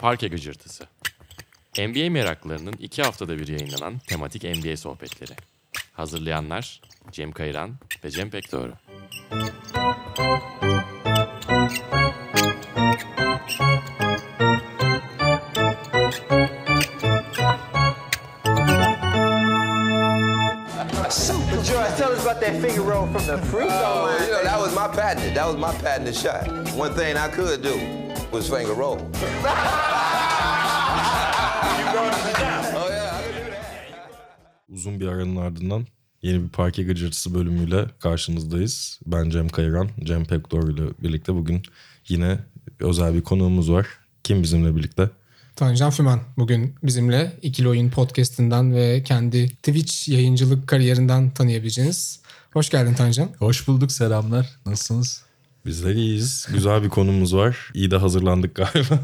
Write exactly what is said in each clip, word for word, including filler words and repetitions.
Parke Gıcırtısı. N B A meraklarının iki haftada bir yayınlanan tematik N B A sohbetleri. Hazırlayanlar Cem Kayıran ve Cem Pekdoğru. Tell us about that finger roll from the free throw line. Uh, you know, that was my patent. That was my patented shot. One thing I could do was finger roll. You wrote it down. Oh yeah, I could do that. Uzun bir aranın ardından yeni bir Parke Gıcırtısı bölümüyle karşınızdayız. Ben Cem Kayıran, Cem Pekdoğru ile birlikte bugün yine özel bir konuğumuz var. Kim bizimle birlikte? Tancan Fümen bugün bizimle İkili Oyun Podcast'inden ve kendi Twitch yayıncılık kariyerinden tanıyabileceğiniz. Hoş geldin Tancan. Hoş bulduk, selamlar. Nasılsınız? Bizler iyiyiz. Güzel bir konumuz var. İyi de hazırlandık galiba.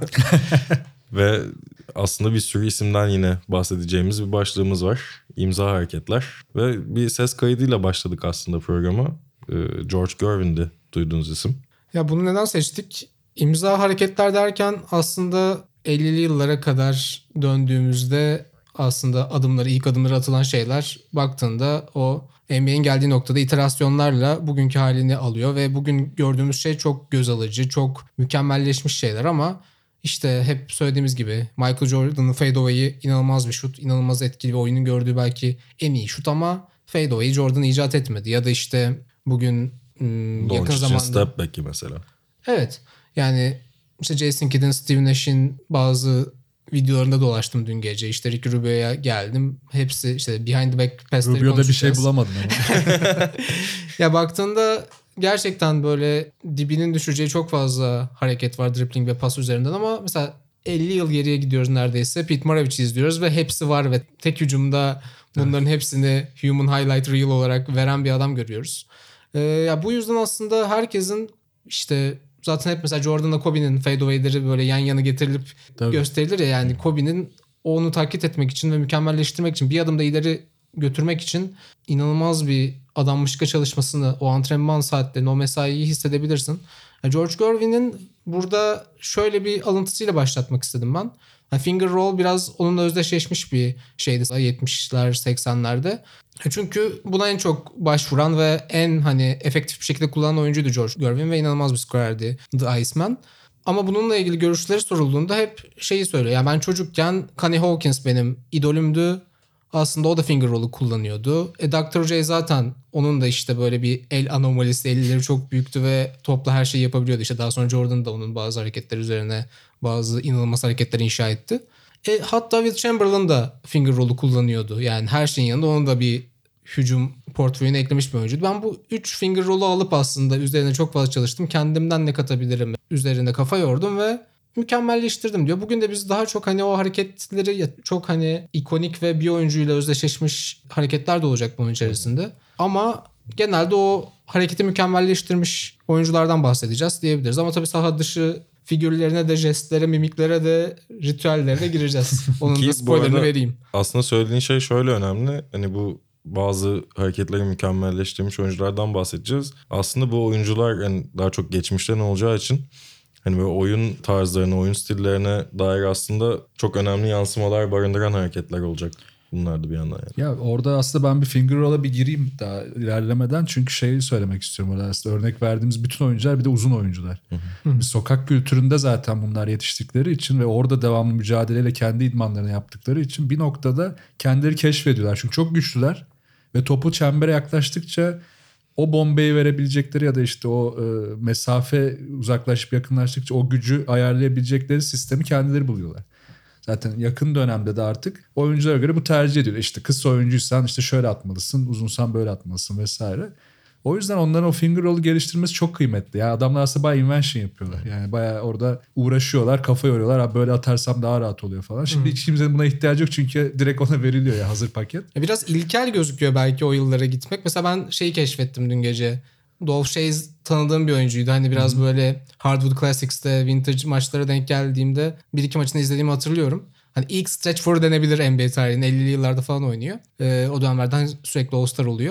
Ve aslında bir sürü isimden yine bahsedeceğimiz bir başlığımız var. İmza hareketler. Ve bir ses kaydıyla başladık aslında programa. George Gervin'di duyduğunuz isim. Ya bunu neden seçtik? İmza hareketler derken aslında ellili yıllara kadar döndüğümüzde aslında adımları, ilk adımları atılan şeyler baktığında o N B A'nin geldiği noktada iterasyonlarla bugünkü halini alıyor ve bugün gördüğümüz şey çok göz alıcı, çok mükemmelleşmiş şeyler ama işte hep söylediğimiz gibi Michael Jordan'ın fadeaway'i inanılmaz bir şut, inanılmaz etkili ve oyunun gördüğü belki en iyi şut ama fadeaway'i Jordan icat etmedi ya da işte bugün ım, yakın zamanda step back'i mesela. Evet. Yani işte Jason Kidd'in, Steve Nash'in bazı videolarında dolaştım dün gece. İşte Ricky Rubio'ya geldim. Hepsi işte behind the back pass'leri Rubio'da konuşacağız. bir şey bulamadım ama. Ya baktığında gerçekten böyle dibinin düşeceği çok fazla hareket var dribbling ve pas üzerinden ama mesela elli yıl geriye gidiyoruz neredeyse. Pete Maravich'i izliyoruz ve hepsi var ve tek hücumda bunların hepsini human highlight reel olarak veren bir adam görüyoruz. Ee, ya bu yüzden aslında herkesin işte zaten hep mesela Jordan'la Kobe'nin fadeaway'leri böyle yan yana getirilip Tabii. gösterilir ya, yani Kobe'nin onu taklit etmek için ve mükemmelleştirmek için, bir adım da ileri götürmek için inanılmaz bir adanmışlıkla çalışmasını, o antrenman saatlerini, o mesaiyi hissedebilirsin. Yani George Gervin'in burada şöyle bir alıntısıyla başlatmak istedim ben. Yani finger roll biraz onunla özdeşleşmiş bir şeydi yetmişler seksenlerde. Çünkü buna en çok başvuran ve en hani efektif bir şekilde kullanan oyuncuydu George Gervin ve inanılmaz bir skorerdi The Iceman. Ama bununla ilgili görüşleri sorulduğunda hep şeyi söylüyor. Yani ben çocukken Connie Hawkins benim idolümdü. Aslında o da finger roll'u kullanıyordu. E doktor J zaten onun da işte böyle bir el anomalisi, elleri çok büyüktü ve topla her şeyi yapabiliyordu. İşte daha sonra Jordan da onun bazı hareketler üzerine bazı inanılmaz hareketler inşa etti. E, hatta Will Chamberlain da finger roll'u kullanıyordu. Yani her şeyin yanında onun da bir hücum portföyüne eklemiş bir oyuncuydu. Ben bu üç finger roll'u alıp aslında üzerine çok fazla çalıştım. Kendimden ne katabilirim üzerinde kafa yordum ve mükemmelleştirdim diyor. Bugün de biz daha çok hani o hareketleri çok hani ikonik ve bir oyuncuyla özdeşleşmiş hareketler de olacak bunun içerisinde. Ama genelde o hareketi mükemmelleştirmiş oyunculardan bahsedeceğiz diyebiliriz. Ama tabii saha dışı figürlerine de, jestlere, mimiklere de, ritüellere de gireceğiz. Onun Ki da bu spoilerını arada vereyim. Aslında söylediğin şey şöyle önemli. Hani bu bazı hareketleri mükemmelleştirmiş oyunculardan bahsedeceğiz. Aslında bu oyuncular yani daha çok geçmişten olacağı için hani böyle oyun tarzlarına, oyun stillerine dair aslında çok önemli yansımalar barındıran hareketler olacak. Bunlar da bir yandan yani. Ya orada aslında ben bir finger roll'a bir gireyim daha ilerlemeden. Çünkü şeyi söylemek istiyorum orada aslında. Örnek verdiğimiz bütün oyuncular bir de uzun oyuncular. Hı hı. Bir sokak kültüründe zaten bunlar yetiştikleri için ve orada devamlı mücadeleyle kendi idmanlarını yaptıkları için bir noktada kendileri keşfediyorlar. Çünkü çok güçlüler ve topu çembere yaklaştıkça o bombayı verebilecekleri ya da işte o e, mesafe uzaklaşıp yakınlaştıkça o gücü ayarlayabilecekleri sistemi kendileri buluyorlar. Zaten yakın dönemde de artık oyunculara göre bu tercih ediliyor. İşte kısa oyuncuysan işte şöyle atmalısın, uzunsan böyle atmalısın vesaire. O yüzden onların o finger roll'u geliştirmesi çok kıymetli. Yani adamlar aslında bayağı invention yapıyorlar. Yani bayağı orada uğraşıyorlar, kafa yoruyorlar. Abi böyle atarsam daha rahat oluyor falan. Şimdi hmm. hiç kimsenin buna ihtiyacı yok çünkü direkt ona veriliyor ya hazır paket. Biraz ilkel gözüküyor belki o yıllara gitmek. Mesela ben şeyi keşfettim dün gece. Dolph Schayes tanıdığım bir oyuncuydu. Hani biraz hmm. böyle Hardwood Classics'te vintage maçlara denk geldiğimde bir iki maçını izlediğimi hatırlıyorum. Hani ilk stretch four denebilir N B A tarihinin, ellili yıllarda falan oynuyor. Ee, o dönemlerden sürekli All-Star oluyor.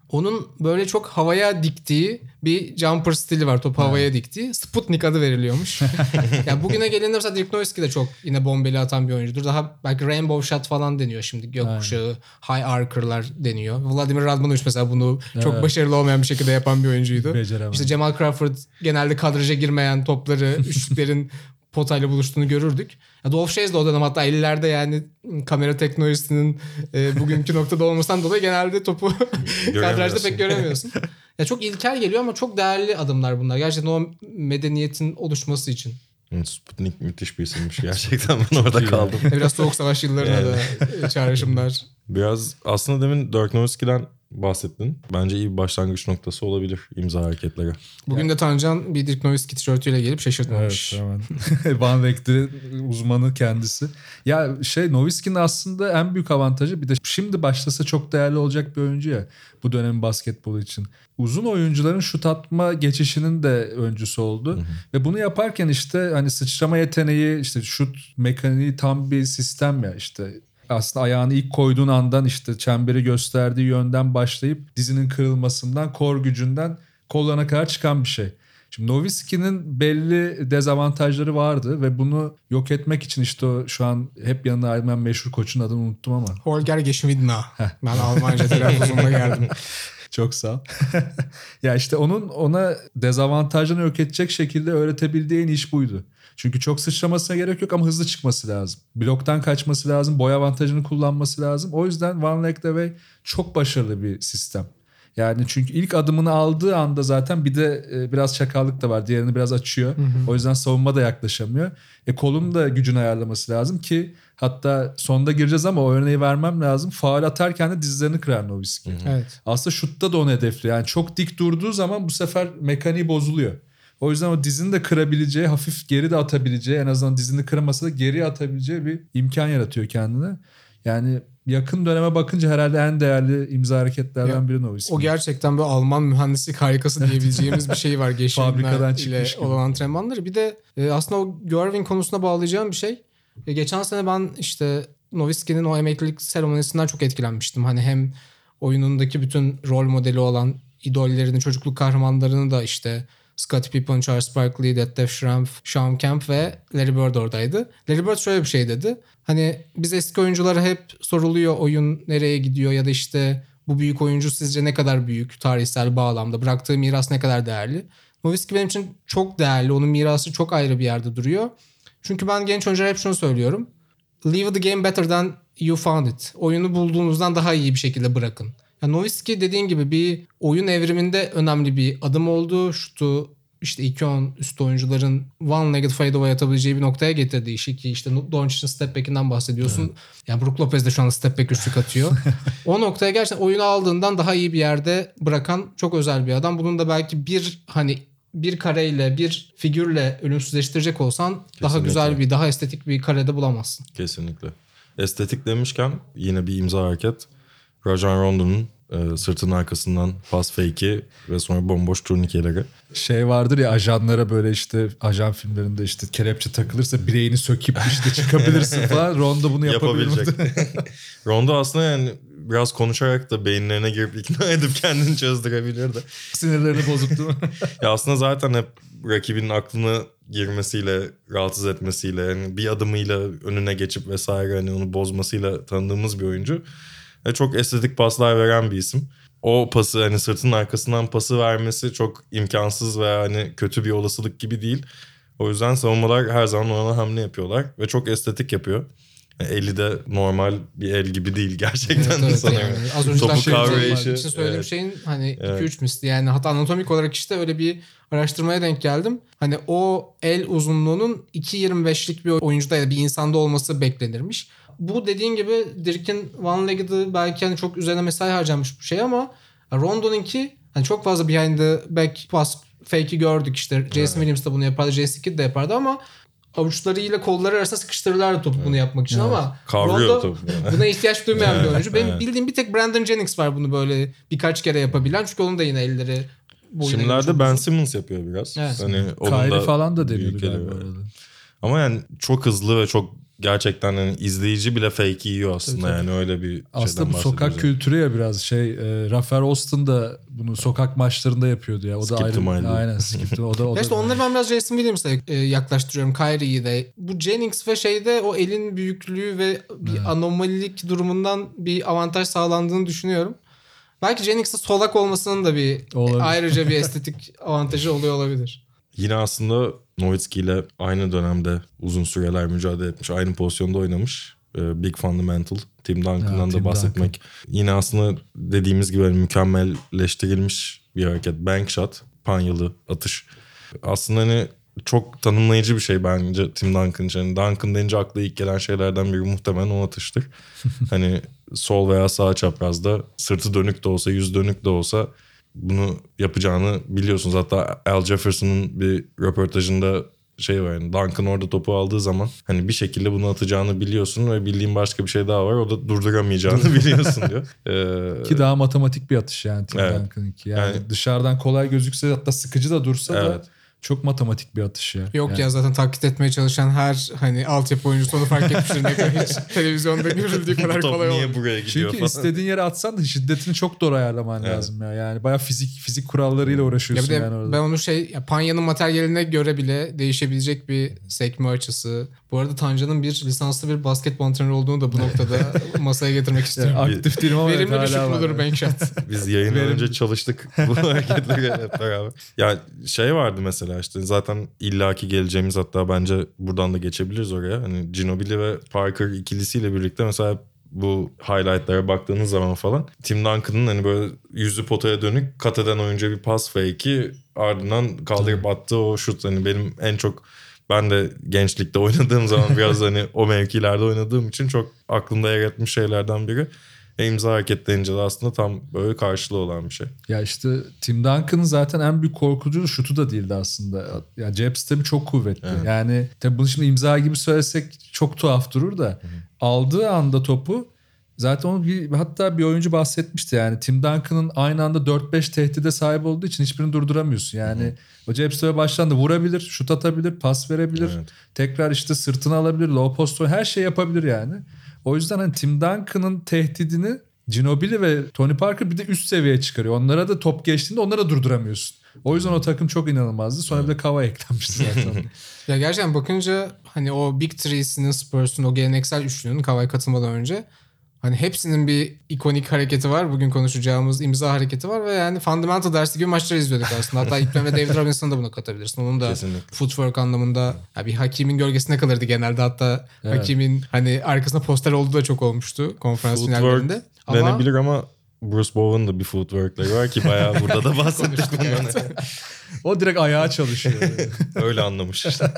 Onun böyle çok havaya diktiği bir jumper stili var. Topu havaya diktiği. Sputnik adı veriliyormuş. Yani bugüne gelince mesela Dirk Nowitzki de çok yine bombeli atan bir oyuncudur. Daha belki rainbow shot falan deniyor şimdi. Gökkuşağı, high arcer'lar deniyor. Vladimir Radmanovic mesela bunu çok Evet. başarılı olmayan bir şekilde yapan bir oyuncuydu. Beceremem. İşte Jamal Crawford genelde kadraja girmeyen topları, üçlüklerin potayla buluştuğunu görürdük. Ya Dolph Schayes de o dönem hatta ellilerde yani kamera teknolojisinin e, bugünkü noktada olmasından dolayı genelde topu kadrajda pek göremiyorsun. Ya çok ilkel geliyor ama çok değerli adımlar bunlar. Gerçekten o medeniyetin oluşması için. Sputnik müthiş bir isimmiş gerçekten, ben orada kaldım. Ya biraz Soğuk Savaş yıllarına da e, çağrışımlar. Biraz aslında demin Dirk Nowitzki'den bahsettin. Bence iyi bir başlangıç noktası olabilir imza hareketleri. Bugün de Tancan bir Dirk Nowitzki tişörtüyle gelip şaşırtmamış. Evet, hemen. Van Vecht'i uzmanı kendisi. Ya şey, Nowitzki'nin aslında en büyük avantajı, bir de şimdi başlasa çok değerli olacak bir oyuncu ya bu dönemin basketbolu için. Uzun oyuncuların şut atma geçişinin de öncüsü oldu. Hı hı. Ve bunu yaparken işte hani sıçrama yeteneği, işte şut mekaniği tam bir sistem ya işte. Aslında ayağını ilk koyduğun andan işte çemberi gösterdiği yönden başlayıp dizinin kırılmasından, kor gücünden kollarına kadar çıkan bir şey. Şimdi Nowitzki'nin belli dezavantajları vardı ve bunu yok etmek için işte o şu an hep yanına ayrılan meşhur koçun adını unuttum ama. Holger Geschwindner. Ben Almanca telaffuzumla geldim. Çok sağ ol. Ya işte onun ona dezavantajını yok edecek şekilde öğretebildiği en iş buydu. Çünkü çok sıçramasına gerek yok ama hızlı çıkması lazım. Bloktan kaçması lazım. Boy avantajını kullanması lazım. O yüzden One Leg Away çok başarılı bir sistem. Yani çünkü ilk adımını aldığı anda zaten bir de biraz çakallık da var. Diğerini biraz açıyor. Hı hı. O yüzden savunma da yaklaşamıyor. E kolun da gücünü ayarlaması lazım ki hatta sonda gireceğiz ama o örneği vermem lazım. Faul atarken de dizlerini kırar Nowitzki. Evet. Aslında şutta da onu hedefliyor. Yani çok dik durduğu zaman bu sefer mekaniği bozuluyor. O yüzden o dizini de kırabileceği, hafif geri de atabileceği, en azından dizini kıramasa da geri atabileceği bir imkan yaratıyor kendine. Yani yakın döneme bakınca herhalde en değerli imza hareketlerden ya, biri Nowitzki. O gerçekten böyle Alman mühendislik harikası diyebileceğimiz bir şey var. Fabrikadan ile çıkmış olan antrenmanları. Bir de e, aslında o Gervin konusuna bağlayacağım bir şey. E, geçen sene ben işte Nowitzki'nin o emeklilik seremonisinden çok etkilenmiştim. Hani hem oyunundaki bütün rol modeli olan idollerini, çocukluk kahramanlarını da işte Scottie Pippen, Charles Barkley, Detlef Schrempf, Shawn Kemp ve Larry Bird oradaydı. Larry Bird şöyle bir şey dedi. Hani biz eski oyunculara hep soruluyor oyun nereye gidiyor ya da işte bu büyük oyuncu sizce ne kadar büyük tarihsel bağlamda, bıraktığı miras ne kadar değerli. Nowitzki benim için çok değerli. Onun mirası çok ayrı bir yerde duruyor. Çünkü ben genç oyunculara hep şunu söylüyorum. Leave the game better than you found it. Oyunu bulduğunuzdan daha iyi bir şekilde bırakın. Yani Nowitzki dediğin gibi bir oyun evriminde önemli bir adım oldu. Şutu işte iki on üstü oyuncuların one-legged fadeaway atabileceği bir noktaya getirdiği işi ki işte Doncic'in step back'inden bahsediyorsun. Evet. Yani Brook Lopez de şu anda step back üçlük atıyor. O noktaya gerçekten oyunu aldığından daha iyi bir yerde bırakan çok özel bir adam. Bunun da belki bir hani bir kareyle bir figürle ölümsüzleştirecek olsan kesinlikle daha güzel bir daha estetik bir karede bulamazsın. Kesinlikle. Estetik demişken yine bir imza hareket. Rajon Rondo'nun e, sırtının arkasından pas fake'i ve sonra bomboş turnikeleri. Şey vardır ya ajanlara böyle işte ajan filmlerinde işte kelepçe takılırsa bileğini söküp işte çıkabilirsin falan. Rondo bunu yapabilecek. Rondo aslında yani biraz konuşarak da beyinlerine girip ikna edip kendini çözdürebilirdi. Sinirlerini bozup değil mi? Ya aslında zaten hep rakibinin aklına girmesiyle, rahatsız etmesiyle, yani bir adımıyla önüne geçip vesaire hani onu bozmasıyla tanıdığımız bir oyuncu. Ve çok estetik paslar veren bir isim. O pası hani sırtının arkasından pası vermesi çok imkansız veya hani kötü bir olasılık gibi değil. O yüzden savunmalar her zaman ona hamle yapıyorlar ve çok estetik yapıyor. Yani eli de normal bir el gibi değil gerçekten. Evet, evet, sanırım. yani. Az önce topu şey kavrayışı. için söylediğim Evet. şeyin hani Evet. iki üç misli yani hatta anatomik olarak işte öyle bir araştırmaya denk geldim. Hani o el uzunluğunun iki yirmi beşlik bir oyuncuda ya da bir insanda olması beklenirmiş. Bu dediğin gibi Dirk'in one-legged'ı belki hani çok üzerine mesai harcanmış bir şey ama Rondo'nunki hani çok fazla behind the back pass fake'i gördük işte. Jason evet. Williams da bunu yapardı. Jason Kidd de yapardı ama avuçlarıyla kolları arasında sıkıştırırlardı topu evet. bunu yapmak için evet. ama Kavruyor Rondo buna ihtiyaç duymayan bir oyuncu. Benim evet. bildiğim bir tek Brandon Jennings var bunu böyle birkaç kere yapabilen. Çünkü onun da yine elleri şimdilerde Ben Simmons yapıyor biraz. Evet. Hani Kyrie falan da deniyordu galiba. Ama yani çok hızlı ve çok gerçekten hani izleyici bile fake yiyor aslında Tabii, yani öyle bir Aslında şeyden bu sokak bahsediyoruz. kültürü ya biraz şey. E, Rafael Austin da bunu sokak maçlarında yapıyordu ya. O da Skip ayrı. to my league. Aynen skip to- o da o Ya da. işte onları ben biraz Jason Williams'a e, yaklaştırıyorum. Kyrie'yi de. Bu Jennings ve şeyde o elin büyüklüğü ve bir anomalilik durumundan bir avantaj sağlandığını düşünüyorum. Belki Jennings'in solak olmasının da bir Olabilir. ayrıca bir estetik avantajı oluyor olabilir. Yine aslında Nowitzki ile aynı dönemde uzun süreler mücadele etmiş. Aynı pozisyonda oynamış. Ee, Big Fundamental. Tim Duncan'dan Ha, da Tim bahsetmek. Yine aslında dediğimiz gibi hani mükemmelleştirilmiş bir hareket. Bank shot. Panyalı atış. Aslında hani çok tanımlayıcı bir şey bence Tim Duncan için. Yani Duncan deyince akla ilk gelen şeylerden biri muhtemelen o atıştır. Hani sol veya sağ çaprazda sırtı dönük de olsa, yüz dönük de olsa bunu yapacağını biliyorsunuz. Hatta Al Jefferson'ın bir röportajında şey var yani Duncan orada topu aldığı zaman hani bir şekilde bunu atacağını biliyorsun ve bildiğin başka bir şey daha var. O da durduramayacağını biliyorsun diyor. Ee, Ki daha matematik bir atış yani Tim Evet. Duncan'ınki. Yani, Yani- dışarıdan kolay gözükse hatta sıkıcı da dursa da Evet. çok matematik bir atış ya. Yok Yani ya zaten taklit etmeye çalışan her hani altyapı oyuncusu onu fark etmiştir. Ne kadar hiç televizyonda görüldüğü bu kadar top kolay niye olmuyor. buraya gidiyor Çünkü falan. istediğin yere atsan da şiddetini çok doğru ayarlaman Evet. lazım ya. Yani bayağı fizik fizik kurallarıyla Ya uğraşıyorsun bir de yani orada. ben onu şey ya Panya'nın materyaline göre bile değişebilecek bir sekme açısı. Bu arada Tancan'ın bir lisanslı bir basketbol antrenörü olduğunu da bu noktada masaya getirmek istiyorum. Yani aktif değilim ama evet, Verimli bir şut hala var. mudur bank shot? Biz yayından Verim- önce çalıştık bu hareketleri hep beraber. Ya şey vardı mesela işte zaten illaki geleceğimiz hatta bence buradan da geçebiliriz oraya. Hani Ginobili ve Parker ikilisiyle birlikte mesela bu highlightlara baktığınız zaman falan Tim Duncan'ın hani böyle yüzü potaya dönük kat eden oyuncuya bir pas fake'i ardından kaldırıp attığı o şut hani benim en çok ben de gençlikte oynadığım zaman biraz hani o mevkilerde oynadığım için çok aklımda yer etmiş şeylerden biri. E, imza hareketlerince de aslında tam böyle karşılığı olan bir şey. Ya işte Tim Duncan'ın zaten en büyük korkucu şutu da değildi aslında. Ya cep sistemi çok kuvvetli. Evet. Yani tabii bunu şimdi imza gibi söylesek çok tuhaf durur da. Hı-hı. Aldığı anda topu zaten onu bir, hatta bir oyuncu bahsetmişti yani Tim Duncan'ın aynı anda dört beş tehdide sahip olduğu için hiçbirini durduramıyorsun. Yani Hı-hı. o cep sistemi baştan da vurabilir, şut atabilir, pas verebilir. Evet. Tekrar işte sırtını alabilir, low post her şey yapabilir yani. O yüzden hani Tim Duncan'ın tehdidini Ginobili ve Tony Parker bir de üst seviyeye çıkarıyor. Onlara da top geçtiğinde onlara durduramıyorsun. O yüzden o takım çok inanılmazdı. Sonra bir de Kawhi eklenmişti zaten. Ya gerçekten bakınca hani o Big Three'sinin Spurs'un o geleneksel üçlünün Kawhi katılmadan önce hani hepsinin bir ikonik hareketi var. Bugün konuşacağımız imza hareketi var ve yani fundamental dersi gibi maçları izliyorduk aslında. Hatta ilk dönemde David Robinson'ı da buna katabilirsin. Onun da Kesinlikle. footwork anlamında ya bir hakimin gölgesinde kalırdı genelde. Hatta evet. hakimin hani arkasında poster olduğu da çok olmuştu konferans Footwork finallerinde. Ama... denebilir ama Bruce Bowen'ın da bir footwork'ları var ki bayağı burada da bahsettik bundan. O direkt ayağa çalışıyor. Öyle anlamış işte.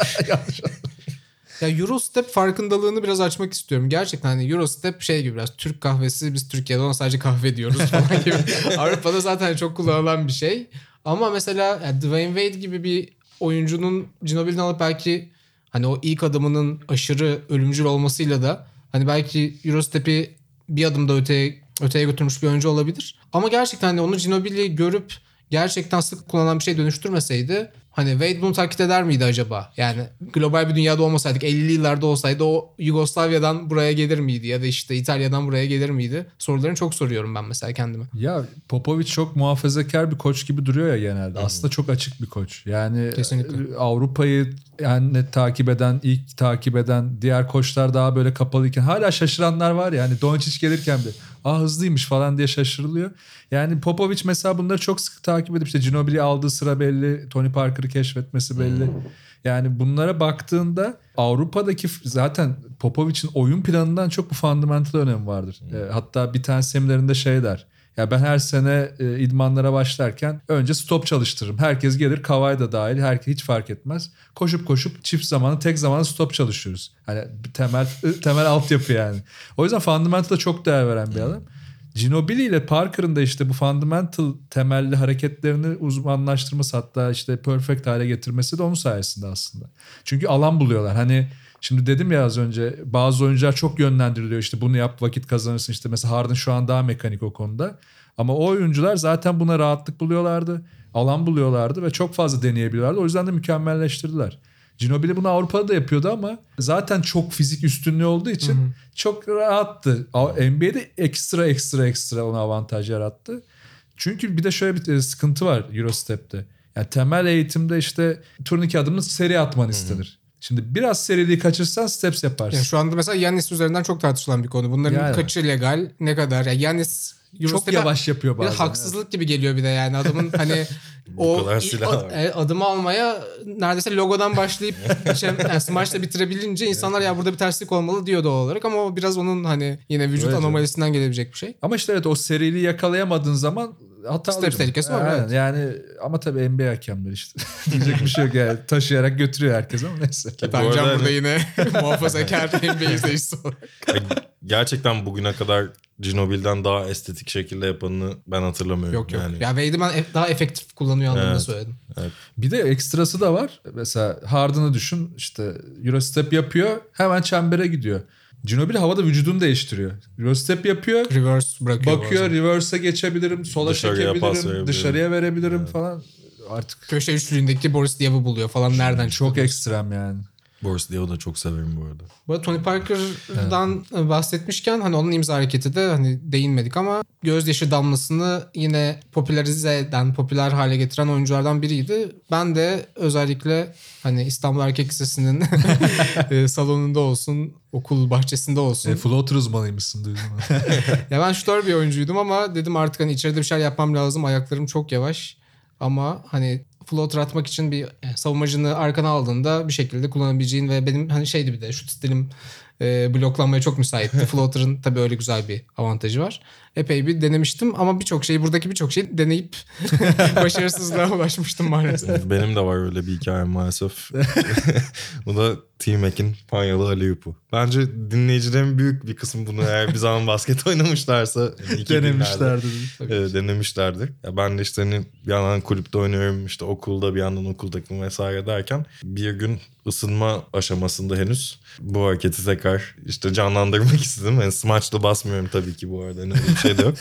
Ya Eurostep farkındalığını biraz açmak istiyorum. Gerçekten hani Eurostep şey gibi biraz Türk kahvesi, biz Türkiye'de ona sadece kahve diyoruz falan gibi. Avrupa'da zaten çok kullanılan bir şey. Ama mesela yani Dwayne Wade gibi bir oyuncunun Ginobili'den alıp belki hani o ilk adımının aşırı ölümcül olmasıyla da hani belki Eurostep'i bir adım da öteye, öteye götürmüş bir oyuncu olabilir. Ama gerçekten hani onu Ginobili görüp gerçekten sık kullanılan bir şey dönüştürmeseydi hani Wade bunu taklit eder miydi acaba? Yani global bir dünyada olmasaydık ellili yıllarda olsaydı o Yugoslavya'dan buraya gelir miydi? Ya da işte İtalya'dan buraya gelir miydi? Sorularını çok soruyorum ben mesela kendime. Ya Popovic çok muhafazakar bir koç gibi duruyor ya genelde. Hı-hı. Aslında çok açık bir koç. Yani kesinlikle. Avrupa'yı yani net takip eden, ilk takip eden diğer koçlar daha böyle kapalıyken hala şaşıranlar var ya. Hani Doncic gelirken bile ah hızlıymış falan diye şaşırılıyor. Yani Popovic mesela bunları çok sık takip edip işte Ginobili aldığı sıra belli, Tony Parker'ı keşfetmesi belli. Yani bunlara baktığında Avrupa'daki zaten Popovic'in oyun planından çok bu fundamental önemi vardır. E, hatta bir tane seminerinde şey der. Ya ben her sene e, idmanlara başlarken önce stop çalıştırırım. Herkes gelir, Kawhi da dahil, herkes hiç fark etmez. Koşup koşup çift zamanı, tek zamanı stop çalışıyoruz. Hani temel temel altyapı yani. O yüzden fundamental'a çok değer veren bir adam. Ginobili ile Parker'ın da işte bu fundamental temelli hareketlerini uzmanlaştırması, hatta işte perfect hale getirmesi de onun sayesinde aslında. Çünkü alan buluyorlar. Hani şimdi dedim ya az önce, bazı oyuncular çok yönlendiriliyor, işte bunu yap vakit kazanırsın, işte mesela Harden şu an daha mekanik o konuda. Ama o oyuncular zaten buna rahatlık buluyorlardı. Alan buluyorlardı ve çok fazla deneyebiliyorlardı. O yüzden de mükemmelleştirdiler. Ginobili bunu Avrupa'da da yapıyordu ama zaten çok fizik üstünlüğü olduğu için Hı-hı. çok rahattı. N B A'de ekstra ekstra ekstra ona avantaj yarattı. Çünkü bir de şöyle bir sıkıntı var Eurostep'te. Yani temel eğitimde işte turnike adımını seri atman istenir. Şimdi biraz seriliği kaçırsan steps yaparsın. Yani şu anda mesela Giannis üzerinden çok tartışılan bir konu. Bunların yani. kaçı legal, ne kadar? Yani Giannis çok yavaş yapıyor bazen. Bir haksızlık evet. gibi geliyor bir de yani adamın hani o, o adımı almaya neredeyse logodan başlayıp şey, yani smaçla bitirebilince insanlar ya burada bir terslik olmalı diyor doğal olarak ama o biraz onun hani yine vücut evet, anomalisinden evet. gelebilecek bir şey. Ama işte evet o seriliği yakalayamadığın zaman hata Step tehlikesi var. Evet. Yani ama tabii N B A hakemleri işte. Diyecek bir şey yok yani. Taşıyarak götürüyor herkes ama neyse. Tancan burada hani... yine muhafazakar N B A izleyicisi olarak. Gerçekten bugüne kadar Ginobili'den daha estetik şekilde yapanını ben hatırlamıyorum. Yok yok. Yani. Ya Wade'i ben daha efektif kullanıyor anlamında evet, söyledim. Evet. Bir de ekstrası da var. Mesela Harden'ı düşün. İşte Eurostep yapıyor. Hemen çembere gidiyor. Ginobili havada vücudunu değiştiriyor. Eurostep yapıyor. Reverse bırakıyor. Bakıyor reverse'e geçebilirim. Sola dışarıya çekebilirim. Dışarıya verebilirim evet. falan. Artık köşe üçlüğündeki Boris Diaw'ı buluyor falan. Nereden çok çıkıyor? ekstrem yani. Boris Diaw'u da çok severim bu arada. Bu arada Tony Parker'dan evet. bahsetmişken hani onun imza hareketi de hani değinmedik ama gözyaşı damlasını yine popülerize eden, popüler hale getiren oyunculardan biriydi. Ben de özellikle hani İstanbul Erkek Lisesi'nin salonunda olsun, okul bahçesinde olsun. E, floater uzmanıymışsın duydum. Ya ben şutör bir oyuncuydum ama dedim artık hani içeride bir şeyler yapmam lazım. Ayaklarım çok yavaş ama hani floater atmak için bir yani savunmacını arkana aldığında bir şekilde kullanabileceğin ve benim hani şeydi bir de şut stilim e, bloklanmaya çok müsaitti. Floater'ın tabii öyle güzel bir avantajı var. Epey bir denemiştim ama birçok şeyi buradaki birçok şeyi deneyip başarısızlığa ulaşmıştım maalesef. Benim de var öyle bir hikayem maalesef. Bu da T-Mac'in Panyalı Aleyup'u. Bence dinleyicilerin büyük bir kısmı bunu eğer bir zaman basket oynamışlarsa yani denemişlerdir. E, denemişlerdir. Ya ben de işte hani bir yandan kulüpte oynuyorum işte okulda bir yandan okul takımı vesaire derken bir gün ısınma aşamasında henüz bu hareketi tekrar işte canlandırmak istedim. Yani smaçla basmıyorum tabii ki bu arada. Yani öyle bir şey de yok.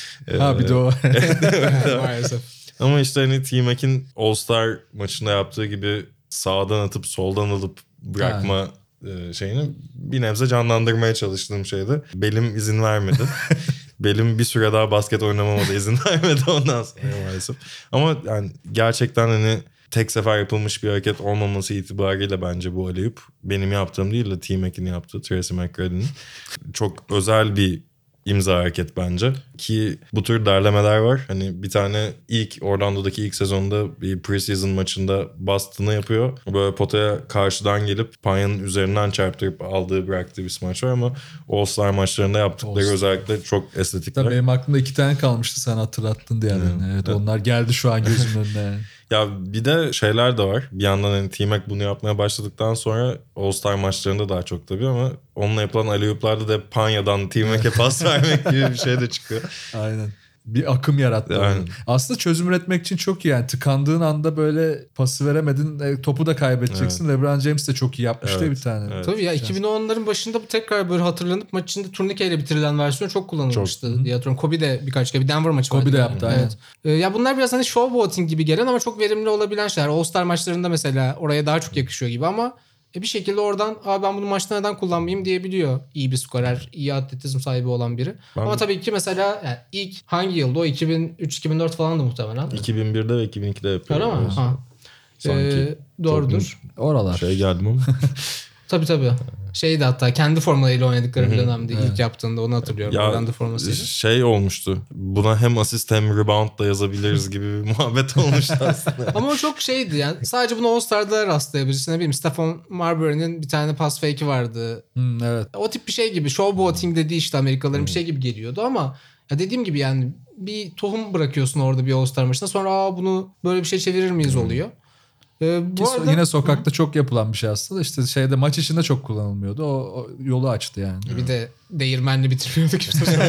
Ha bir de o. Maalesef. Ama işte hani T-Mac'in All-Star maçında yaptığı gibi sağdan atıp soldan alıp bırakma ha. şeyini bir nebze canlandırmaya çalıştığım şeydi. Belim izin vermedi. Belim bir süre daha basket oynamama da izin vermedi ondan sonra maalesef. Ama yani gerçekten hani tek sefer yapılmış bir hareket olmaması itibariyle bence bu alley-oop benim yaptığım değil de T-Mac'in yaptığı, Tracy McGrady'nin çok özel bir imza hareket bence. Ki bu tür derlemeler var. Hani bir tane ilk Orlando'daki ilk sezonda bir preseason maçında bastığını yapıyor. Böyle potaya karşıdan gelip panyanın üzerinden çarptırıp aldığı bıraktığı bir smaç var ama All-Star maçlarında yaptıkları All-Star. Özellikle çok estetikler. Tabii benim aklımda iki tane kalmıştı sen hatırlattın diye. Hmm. Evet, evet onlar geldi şu an gözümün önüne. Ya bir de şeyler de var. Bir yandan hani T-Mac bunu yapmaya başladıktan sonra All-Star maçlarında daha çok tabii ama onunla yapılan alley-oop'larda da Panya'dan T-Mac'e pas vermek gibi bir şey de çıkıyor. Aynen. Bir akım yarattı. Aynen. Aslında çözüm üretmek için çok iyi. Yani tıkandığın anda böyle pası veremedin. Topu da kaybedeceksin. Evet. LeBron James de çok iyi yapmıştı evet. bir tane. Evet. Tabii ya iki bin onların başında bu tekrar böyle hatırlanıp maç içinde turnikeyle bitirilen versiyon çok kullanılmıştı çok. diye hatırlıyorum. Kobe de birkaç kere bir Denver maçı Kobe vardı. de yaptı. Yani. Evet. Ee, ya bunlar biraz hani showboating gibi gelen ama çok verimli olabilen şeyler. All-Star maçlarında mesela oraya daha çok yakışıyor gibi ama E bir şekilde oradan Aa, ben bunu maçta neden kullanmayayım diyebiliyor iyi bir skorer, iyi atletizm sahibi olan biri. Ben Ama tabii ki mesela yani ilk hangi yılda o iki bin üç iki bin dört falandı muhtemelen. iki bin birde ve iki bin ikide yapıyor. Öyle mi? Ha. Sanki ee, doğrudur. Oralar. Şey geldim ama. Tabii tabii. Şeydi hatta kendi formalarıyla oynadıkları bir dönemde evet. ilk yaptığında onu hatırlıyorum. Ya Orlando formasıyla. Şey olmuştu. Buna hem asist hem rebound da yazabiliriz gibi bir muhabbet olmuştu aslında. Ama o çok şeydi yani. Sadece bunu All-Star'da rastlayabilirsin. Ne bileyim Stephon Marbury'nin bir tane pass fake'i vardı. Hmm, evet. O tip bir şey gibi. Showboating dediği işte Amerikalıların hmm. bir şey gibi geliyordu ama ya dediğim gibi yani bir tohum bırakıyorsun orada bir All-Star maçında. Sonra aa bunu böyle bir şey çevirir miyiz hmm. oluyor. Ee, bu arada, yine sokakta hı. çok yapılan bir şey aslında. İşte şeyde maç içinde çok kullanılmıyordu. O, o yolu açtı yani. Bir de değirmenli bitirmiyorduk işte.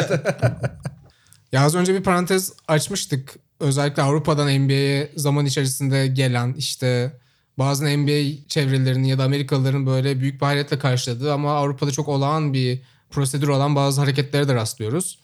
Ya az önce bir parantez açmıştık. Özellikle Avrupa'dan N B A'ye zaman içerisinde gelen işte bazı N B A çevrelerinin ya da Amerikalıların böyle büyük bir hayretle karşıladığı ama Avrupa'da çok olağan bir prosedür olan bazı hareketlere de rastlıyoruz.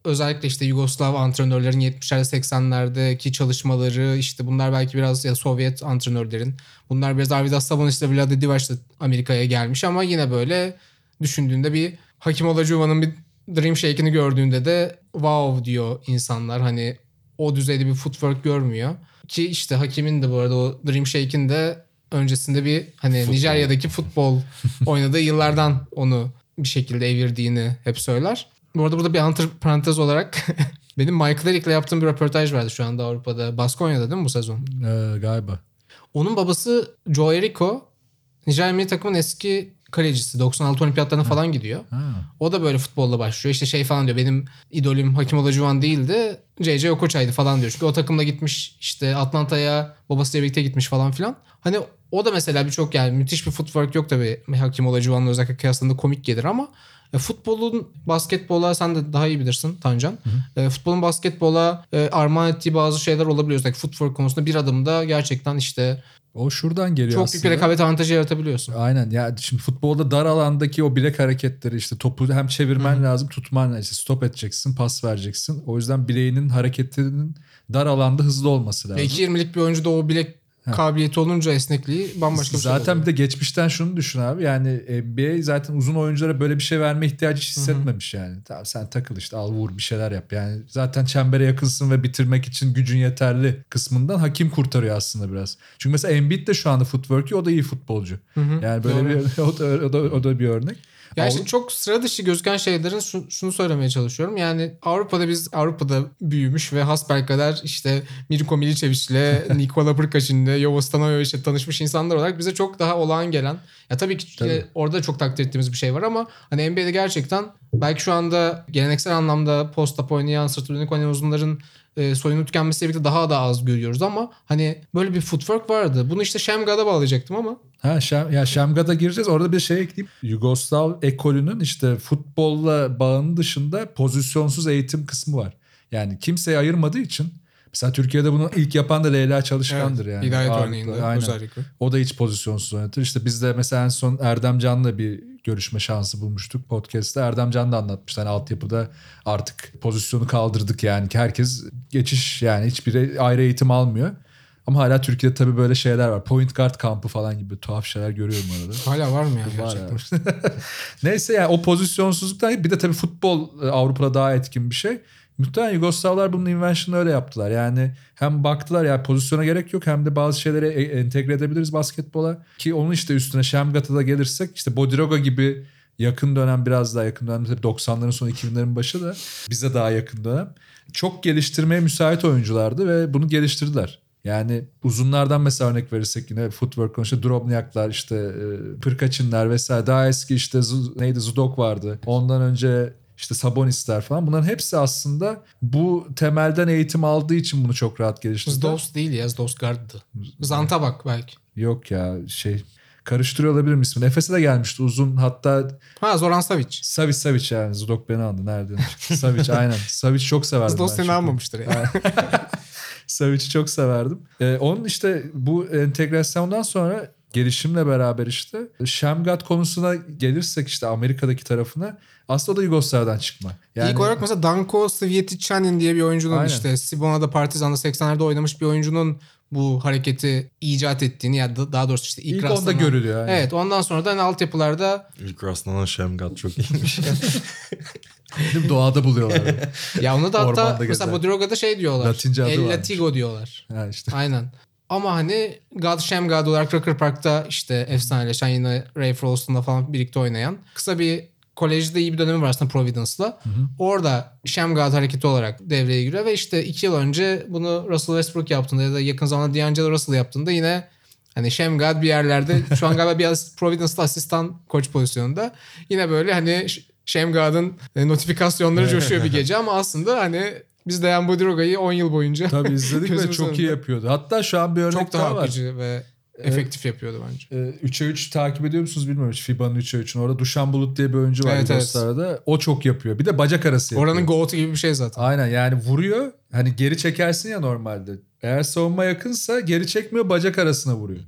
özellikle işte Yugoslav antrenörlerin yetmişlerde seksenlerdeki çalışmaları, işte bunlar belki biraz ya Sovyet antrenörlerin, bunlar biraz Arvidas Sabonis'le Vlade Divac da Amerika'ya gelmiş ama yine böyle düşündüğünde bir Hakim Olajuwon'un bir Dream Shake'ini gördüğünde de wow diyor insanlar. Hani o düzeyde bir footwork görmüyor. Ki işte Hakim'in de bu arada o Dream Shake'in de öncesinde bir hani Futbol. Nijerya'daki futbol oynadığı yıllardan onu bir şekilde evirdiğini hep söyler. Bu arada burada bir antiparantez olarak benim Michael Eric'le yaptığım bir röportaj vardı şu anda Avrupa'da. Baskonya'da değil mi bu sezon? Ee, galiba. Onun babası Joe Erico, Nijerya milli takımın eski kalecisi. doksan altı olimpiyatlarına falan gidiyor. Ha. O da böyle futbolla başlıyor. İşte şey falan diyor. Benim idolüm Hakim Olajuwon değildi. J J Okocha'ydı falan diyor. Çünkü o takımla gitmiş işte Atlanta'ya babasıyla birlikte gitmiş falan filan. Hani o da mesela birçok yani müthiş bir footwork yok tabii. Hakim Olajuwon'la özellikle kıyasladığında komik gelir ama e, futbolun basketbola sen de daha iyi bilirsin Tancan. E, futbolun basketbola e, armağan ettiği bazı şeyler olabiliyor. Özellikle footwork konusunda bir adımda gerçekten işte O şuradan geliyor çok aslında. büyük bir rekabet avantajı yaratabiliyorsun. Aynen ya, şimdi futbolda dar alandaki o bilek hareketleri, işte topu hem çevirmen lazım, tutman lazım, işte stop edeceksin, pas vereceksin. O yüzden bileğinin hareketlerinin dar alanda hızlı olması lazım. Ve iki yirmilik bir oyuncuda o bilek kabiliyeti olunca esnekliği bambaşka bir şey Zaten oluyor. bir de geçmişten şunu düşün abi, yani N B A zaten uzun oyunculara böyle bir şey verme ihtiyacı hiç hissetmemiş yani. Tamam sen takıl işte, al vur bir şeyler yap yani. Zaten çembere yakınsın ve bitirmek için gücün yeterli kısmından Hakim kurtarıyor aslında biraz. Çünkü mesela Embiid de şu anda footwork'ü, o da iyi futbolcu. Yani böyle Doğru. bir o da, o da, o da bir örnek. Yani Avrupa- işte çok sıra dışı gözüken şeylerin şu- şunu söylemeye çalışıyorum. Yani Avrupa'da biz Avrupa'da büyümüş ve hasbelkader işte Mirko Milicevic'le, Nikola Prkačin'le, Jovo Stanovic'le tanışmış insanlar olarak bize çok daha olağan gelen. Ya tabii ki Tabii. yine orada çok takdir ettiğimiz bir şey var ama hani N B A'de gerçekten belki şu anda geleneksel anlamda post-up oynayan, sırtı dönük oynayan uzunların e, soyunu tükenmesiyle birlikte daha da az görüyoruz ama hani böyle bir footwork vardı. Bunu işte Şemgad'a bağlayacaktım ama Ha, Şem, ya Şemgad'a gireceğiz. Orada bir şey ekleyeyim. Yugoslav ekolünün işte futbolla bağının dışında pozisyonsuz eğitim kısmı var. Yani kimseyi ayırmadığı için, mesela Türkiye'de bunu ilk yapan da Leyla Çalışkan'dır yani. Hidayet Ağırlıklı, örneğinde aynen. özellikle. O da hiç pozisyonsuz oynatır. İşte biz de mesela en son Erdem Can'la bir görüşme şansı bulmuştuk podcast'te. Erdem Can da anlatmıştı. Hani altyapıda artık pozisyonu kaldırdık yani. Herkes geçiş, yani hiçbiri ayrı eğitim almıyor. Ama hala Türkiye'de tabii böyle şeyler var. Point guard kampı falan gibi tuhaf şeyler görüyorum arada. hala var mı yani Var gerçekten? ya. Neyse yani o pozisyonsuzluktan bir de tabii futbol e, Avrupa'da daha etkin bir şey. Muhtemelen Yugoslavlar bunun invention'ını öyle yaptılar. Yani hem baktılar ya pozisyona gerek yok, hem de bazı şeyleri e- entegre edebiliriz basketbola. Ki onun işte üstüne Şemgat'a da gelirsek, işte Bodiroga gibi yakın dönem, biraz daha yakın dönem, doksanların sonu iki binlerin başı da bize daha yakın dönem. Çok geliştirmeye müsait oyunculardı ve bunu geliştirdiler. Yani uzunlardan mesela örnek verirsek yine footwork konusunda Drobnyaklar, işte e, Prkačinler vesaire, daha eski işte Z- neydi Zudok vardı. Ondan önce işte Sabonisler falan, bunların hepsi aslında bu temelden eğitim aldığı için bunu çok rahat geliştirdiler. Zdos değil ya, Zdosgard'dı. Zanta bak belki. Yok ya, şey karıştırıyor olabilirim ismini. Efes'e de gelmişti uzun, hatta Ha Zoran Savic. Savic Savic yani. Zudok beni andı nereden? Savic aynen. Savic çok severdim. Zdos ben seni çünkü. almamıştır ya. Savic'i çok severdim. Ee, onun işte bu entegrasyondan sonra gelişimle beraber işte Şemgat konusuna gelirsek, işte Amerika'daki tarafına, aslında o da Yugoslav'dan çıkma. Yani İlk olarak mesela Danko Svjetićanin diye bir oyuncunun, Aynen. işte Sibona'da, Partizan'da seksenlerde oynamış bir oyuncunun bu hareketi icat ettiğini, ya da daha doğrusu işte ilk, ilk onda rastlanan- görülüyor. Yani. Evet, ondan sonra da hani altyapılarda İlk rastlanan Şemgat çok iyiymiş. Değil mi? Doğada buluyorlar. ya onu da hatta Ormanda mesela gezer. Bodiroga'da şey diyorlar. Latince adı El varmış. Latigo diyorlar. Ha işte. Aynen. Ama hani God Şemgad olarak Rucker Park'ta işte efsaneleşen, yine Ray Frost'unla falan birlikte oynayan, kısa bir kolejde iyi bir dönemi var aslında Providence'la. Orada Şemgad hareketi olarak devreye giriyor ve işte iki yıl önce bunu Russell Westbrook yaptığında ya da yakın zamanda D'Angelo Russell yaptığında yine hani Şemgad bir yerlerde şu an galiba bir as- Providence'da asistan koç pozisyonunda. Yine böyle hani Ş- Şemgad'ın e, notifikasyonları coşuyor bir gece ama aslında hani biz Dejan Bodiroga'yı on yıl boyunca Tabii izledik ve gözümüzün çok iyi önünde yapıyordu. Hatta şu an bir örnek çok daha daha var. akıcı ve efektif yapıyordu bence. Ee, üçe üç takip ediyor musunuz bilmiyorum. Hiç FIBA'nın üçe üçün. Orada Dušan Bulut diye bir oyuncu var Evet, Yugoslav'da. O çok yapıyor. Bir de bacak arası yapıyor. Oranın goat'u gibi bir şey zaten. Aynen, yani vuruyor. Hani geri çekersin ya normalde. Eğer savunma yakınsa geri çekmiyor, bacak arasına vuruyor.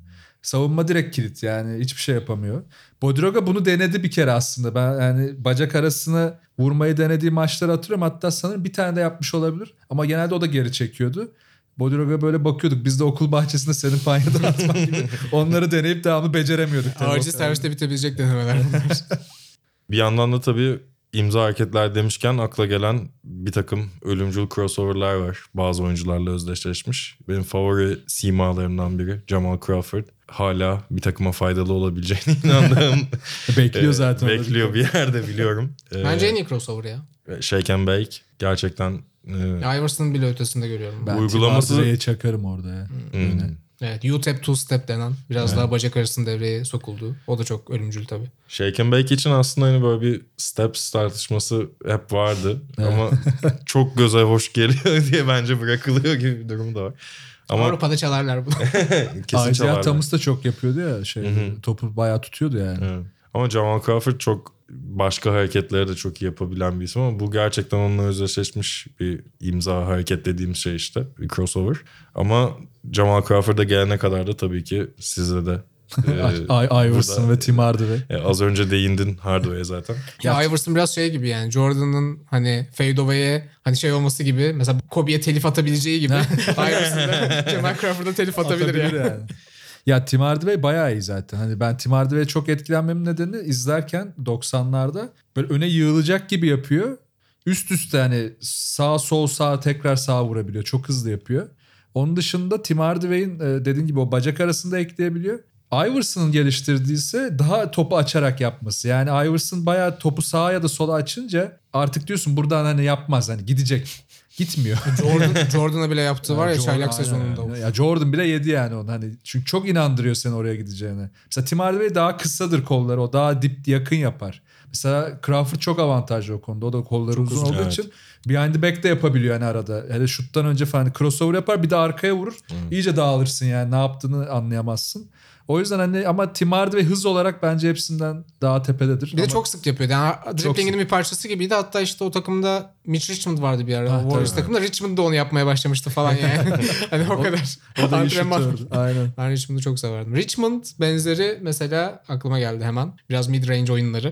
Savunma direkt kilit yani hiçbir şey yapamıyor. Bodiroga bunu denedi bir kere aslında. Ben yani bacak arasını vurmayı denediği maçları hatırlıyorum. Hatta sanırım bir tane de yapmış olabilir. Ama genelde o da geri çekiyordu. Bodiroga böyle bakıyorduk. Biz de okul bahçesinde senin panyadan atmak gibi. Onları deneyip devamlı beceremiyorduk. Acil serviste bitebilecek denemeler bunlar. Bir yandan da tabii imza hareketler demişken akla gelen bir takım ölümcül crossover'lar var. Bazı oyuncularla özdeşleşmiş. Benim favori simalarımdan biri Jamal Crawford. Hala bir takıma faydalı olabileceğine inandığım. Bekliyor zaten. Bekliyor bir yerde biliyorum. Bence en iyi crossover ya. Shake and Bake gerçekten e, Iverson'ın bile ötesinde görüyorum. Ben uygulaması- Tim çakarım orada ya. hmm. Evet, U-tap, two-step denen biraz Evet. daha bacak arasının devreye sokulduğu. O da çok ölümcül tabii. Shake and Bake için aslında hani böyle bir steps tartışması hep vardı. Ama çok göze hoş geliyor diye bence bırakılıyor gibi bir durum da var. Ama Avrupa'da çalarlar bunu. kesin Isaiah çalarlar. Thomas da çok yapıyordu ya. Şey, topu bayağı tutuyordu yani. Evet. Ama Jamal Crawford çok başka hareketleri de çok iyi yapabilen bir isim ama bu gerçekten onunla özdeşleşmiş bir imza hareket dediğimiz şey işte. Bir crossover. Ama Jamal Crawford'a gelene kadar da tabii ki size de e, Ay Iverson burada- ve Tim Hardaway. e, az önce değindin Hardaway'e zaten. Ya Iverson biraz şey gibi yani Jordan'ın hani fadeaway'e hani şey olması gibi mesela Kobe'ye telif atabileceği gibi Iverson da Jamal Crawford'a telif atabilir, Atabilir yani. yani. Ya Tim Hardaway bayağı iyi zaten. Hani ben Tim Hardaway'e çok etkilenmemin nedeni izlerken doksanlarda böyle öne yığılacak gibi yapıyor. Üst üste hani sağ sol sağ tekrar sağ vurabiliyor. Çok hızlı yapıyor. Onun dışında Tim Hardaway'in e, dediğin gibi o bacak arasında ekleyebiliyor. Iverson'ın geliştirdiği ise daha topu açarak yapması. Yani Iverson bayağı topu sağa ya da sola açınca artık diyorsun buradan hani yapmaz hani gidecek. Gitmiyor. Jordan, Jordan'a bile yaptığı var ya Jordan- çaylak aynen, sezonunda. aynen. Ya Jordan bile yedi yani onu hani çünkü çok inandırıyor seni oraya gideceğine. Mesela Tim Hardaway daha kısadır kolları, o daha dip yakın yapar. Mesela Crawford çok avantajlı o konuda. O da kolları uzun uzun, olduğu evet. için behind the back de yapabiliyor yani arada. Hele şuttan önce falan crossover yapar bir de arkaya vurur. İyice dağılırsın yani ne yaptığını anlayamazsın. O yüzden hani ama Tim Hardaway hız olarak bence hepsinden daha tepededir. Bir de Ama çok sık yapıyordu. Yani dribbling'in bir parçası gibiydi. Hatta işte o takımda Mitch Richmond vardı bir ara. Ha, O Warriors tabii. takımda Richmond da onu yapmaya başlamıştı falan yani. hani o kadar. o da iyi antrenman. şutör. Aynen. Ben Richmond'u çok severdim. Richmond benzeri mesela aklıma geldi hemen. Biraz mid-range oyunları.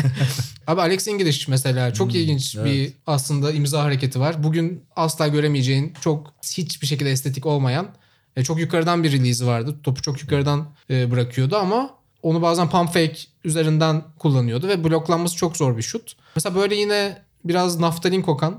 Abi Alex English mesela çok ilginç evet. bir aslında imza hareketi var. Bugün asla göremeyeceğin çok hiçbir şekilde estetik olmayan e, çok yukarıdan bir release'i vardı. Topu çok yukarıdan e, bırakıyordu ama onu bazen pump fake üzerinden kullanıyordu ve bloklanması çok zor bir şut. Mesela böyle yine biraz naftalin kokan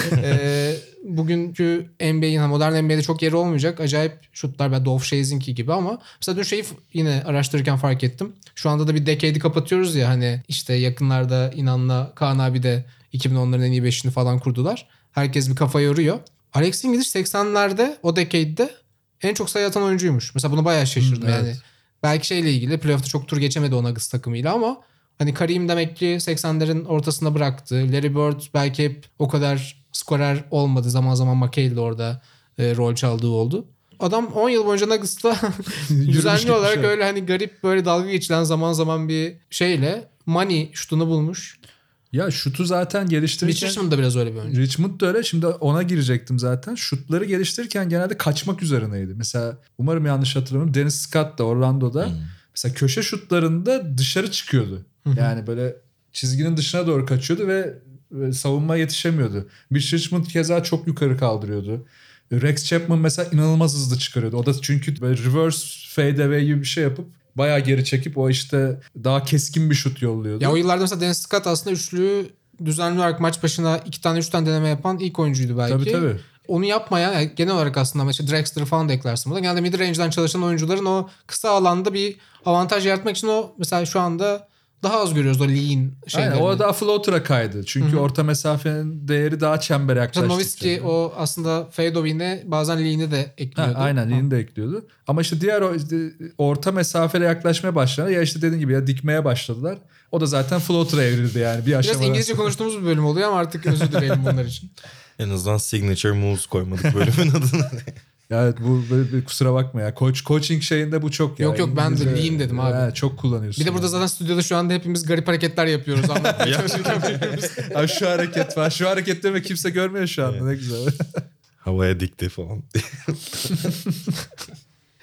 e, bugünkü N B A'in modern N B A'de çok yeri olmayacak acayip şutlar. Ben Dolph Shazinski gibi ama mesela dün şeyi yine araştırırken fark ettim. Şu anda da bir decade'i kapatıyoruz ya hani işte yakınlarda İnan'la Kaan abi de iki bin onların en iyi beşini falan kurdular. Herkes bir kafa yoruyor. Alex English seksenlerde o decade'de en çok sayı atan oyuncuymuş. Mesela buna bayağı şaşırdım Hmm, evet. yani. Belki şeyle ilgili playoff'ta çok tur geçemedi o Nuggets takımıyla ama hani Kareem demek ki seksenlerin ortasında bıraktı. Larry Bird belki hep o kadar skorer olmadı. Zaman zaman McHale de orada e, rol çaldığı oldu. Adam on yıl boyunca Nuggets'ta düzenli gitmiş olarak yani. öyle hani garip böyle dalga geçilen zaman zaman bir şeyle money şutunu bulmuş. Ya şutu zaten Mitch geliştirirken... Richmond da biraz öyle bir oyuncu. Richmond da öyle. Şimdi ona girecektim zaten. Şutları geliştirirken genelde kaçmak üzerineydi. Mesela umarım yanlış hatırlamıyorum. Dennis Scott da Orlando'da mesela köşe şutlarında dışarı çıkıyordu. Yani böyle çizginin dışına doğru kaçıyordu ve ve savunma yetişemiyordu. Mitch Richmond keza çok yukarı kaldırıyordu. Rex Chapman mesela inanılmaz hızlı çıkarıyordu. O da çünkü böyle reverse fadeaway gibi bir şey yapıp bayağı geri çekip o işte daha keskin bir şut yolluyordu. Ya o yıllarda mesela Dennis Scott aslında üçlüyü düzenli olarak maç başına iki tane üç tane deneme yapan ilk oyuncuydu belki. Tabii tabii. Onu yapmayan yani genel olarak aslında ama işte Drexler'ı falan da eklersin burada. Genelde mid-range'den çalışan oyuncuların o kısa alanda bir avantaj yaratmak için o mesela şu anda daha az görüyoruz o lean şeylerini. Aynen, o daha floater'a kaydı. Çünkü orta mesafenin değeri daha çembere Mesela yaklaştıkça. Nowitzki o aslında fadeaway'ine bazen lean'i de Ha, ekliyordu. aynen yeni de ekliyordu. Ama işte diğer o işte orta mesafele yaklaşmaya başladılar. Ya işte dediğin gibi ya dikmeye başladılar. O da zaten floater'a evrildi yani bir Biraz aşamadan. İngilizce konuştuğumuz bir bölüm oluyor ama artık özür dilerim bunlar için. En azından signature moves koymadık bölümün adını. Ya evet bu böyle bir kusura bakma ya. Coach, coaching şeyinde bu çok ya. Yok, yok, ben de İngilizce- lean dedim abi. Ha, çok kullanıyorsun. Bir de burada yani. zaten stüdyoda şu anda hepimiz garip hareketler yapıyoruz. Anlatmaya çalışırken birbirimize. Ha, şu hareket var. Şu hareket deme kimse görmüyor şu anda. Ne güzel. Havaya dikti falan.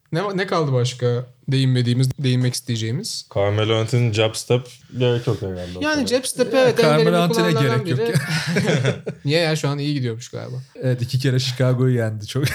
Ne, ne kaldı başka değinmediğimiz, değinmek isteyeceğimiz? Carmelo Anthony'nin jab step gerek yok herhalde. Yani jab step'e evet en Carmelo verimli Anthony'ye kullananlardan gerek yok biri. Niye ya, şu an iyi gidiyormuş galiba. Evet, iki kere Chicago'yu yendi çok.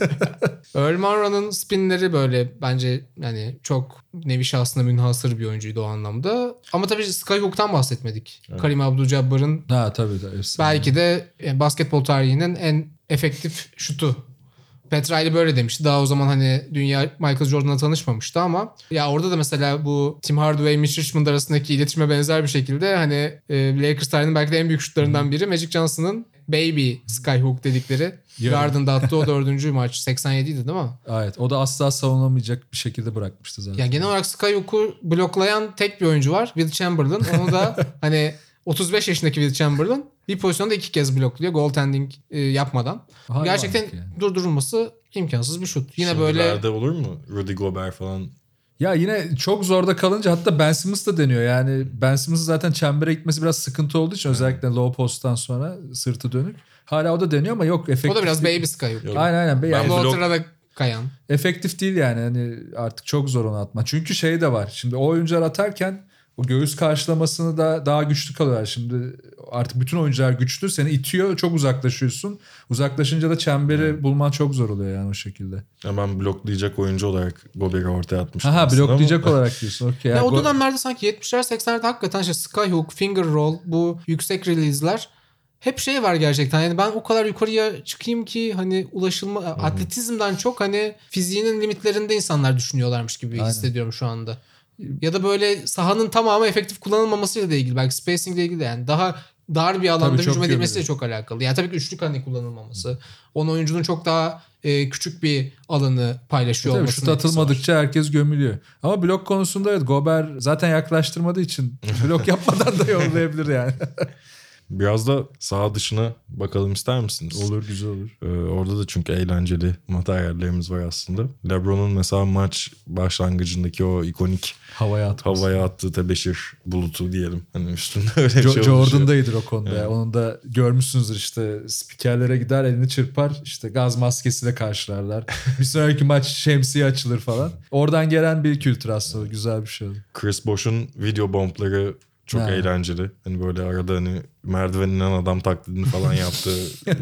Earl Monroe'nun spinleri böyle bence yani çok nevi şahsına münhasır bir oyuncuydu o anlamda. Ama tabii Skyhook'tan bahsetmedik. Evet. Kareem Abdul-Jabbar'ın ha tabii tabii. belki de basketbol tarihinin en efektif şutu. Pat Riley böyle demişti. Daha o zaman hani dünya Michael Jordan'la tanışmamıştı ama ya orada da mesela bu Tim Hardaway, Mitch Richmond arasındaki iletişime benzer bir şekilde hani e, Lakers tarihinin belki de en büyük şutlarından biri Magic Johnson'ın Baby Skyhook dedikleri. Garden'da attığı o dördüncü maç seksen yediydi değil mi? Evet, o da asla savunamayacak bir şekilde bırakmıştı zaten. Ya genel olarak Skyhook'u bloklayan tek bir oyuncu var. Will Chamberlain. Onu da hani otuz beş yaşındaki Will Chamberlain bir pozisyonda iki kez blokluyor goaltending e, yapmadan. Hayır, gerçekten yani. Durdurulması imkansız bir şut. Yine Şimdilerde böyle olur mu? Rudy Gobert falan. Ya yine çok zorda kalınca hatta Ben Simmons da deniyor. Yani Ben Simmons'ın zaten çembere gitmesi biraz sıkıntı olduğu için özellikle low post'tan sonra sırtı dönük. Hala o da deniyor ama yok efektif. O da biraz baby Skyhook. Aynen aynen. Ben yani floater'a da kayan. Efektif değil yani. Hani artık çok zor onu atma. Çünkü şey de var. Şimdi o oyuncular atarken o göğüs karşılamasını da daha güçlü kalıyorlar. Şimdi artık bütün oyuncular güçlü. Seni itiyor, çok uzaklaşıyorsun. Uzaklaşınca da çemberi hmm. bulman çok zor oluyor yani o şekilde. Ya ben bloklayacak oyuncu olarak Gobert'i ortaya atmıştım. Aha bloklayacak ama. Olarak diyorsun. Okay. Ya yani o dönemlerde sanki yetmişler seksenlerde hakikaten işte Skyhook, finger roll, bu yüksek release'ler hep şey var gerçekten. Yani ben o kadar yukarıya çıkayım ki hani ulaşılma hmm. atletizmden çok hani fiziğinin limitlerinde insanlar düşünüyorlarmış gibi Aynen. hissediyorum şu anda. Ya da böyle sahanın tamamı efektif kullanılmamasıyla da ilgili. Belki spacing ile ilgili de yani. Daha dar bir alanda hücum edilmesiyle çok alakalı. Yani tabii ki üçlük hani kullanılmaması. Onun oyuncunun çok daha e, küçük bir alanı paylaşıyor tabii olması. Şut atılmadıkça var. Herkes gömülüyor. Ama blok konusunda evet Gobert zaten yaklaştırmadığı için blok yapmadan da yollayabilir yani. Biraz da saha dışına bakalım ister misiniz? Olur, güzel olur. Ee, orada da çünkü eğlenceli materyallerimiz var aslında. LeBron'un mesela maç başlangıcındaki o ikonik havaya atması. Havaya attığı tebeşir bulutu diyelim. Hani üstünde öyle bir jo- şey Jordan'daydır o konuda. Evet. Onun da görmüşsünüzdür işte spikerlere gider elini çırpar işte gaz maskesiyle karşılarlar. Bir sonraki maç şemsiye açılır falan. Oradan gelen bir kültür aslında. Güzel bir şey oldu. Chris Bosh'un video bombları çok ha. eğlenceli. Hani böyle arada hani merdiveninden adam taklidini falan yaptığı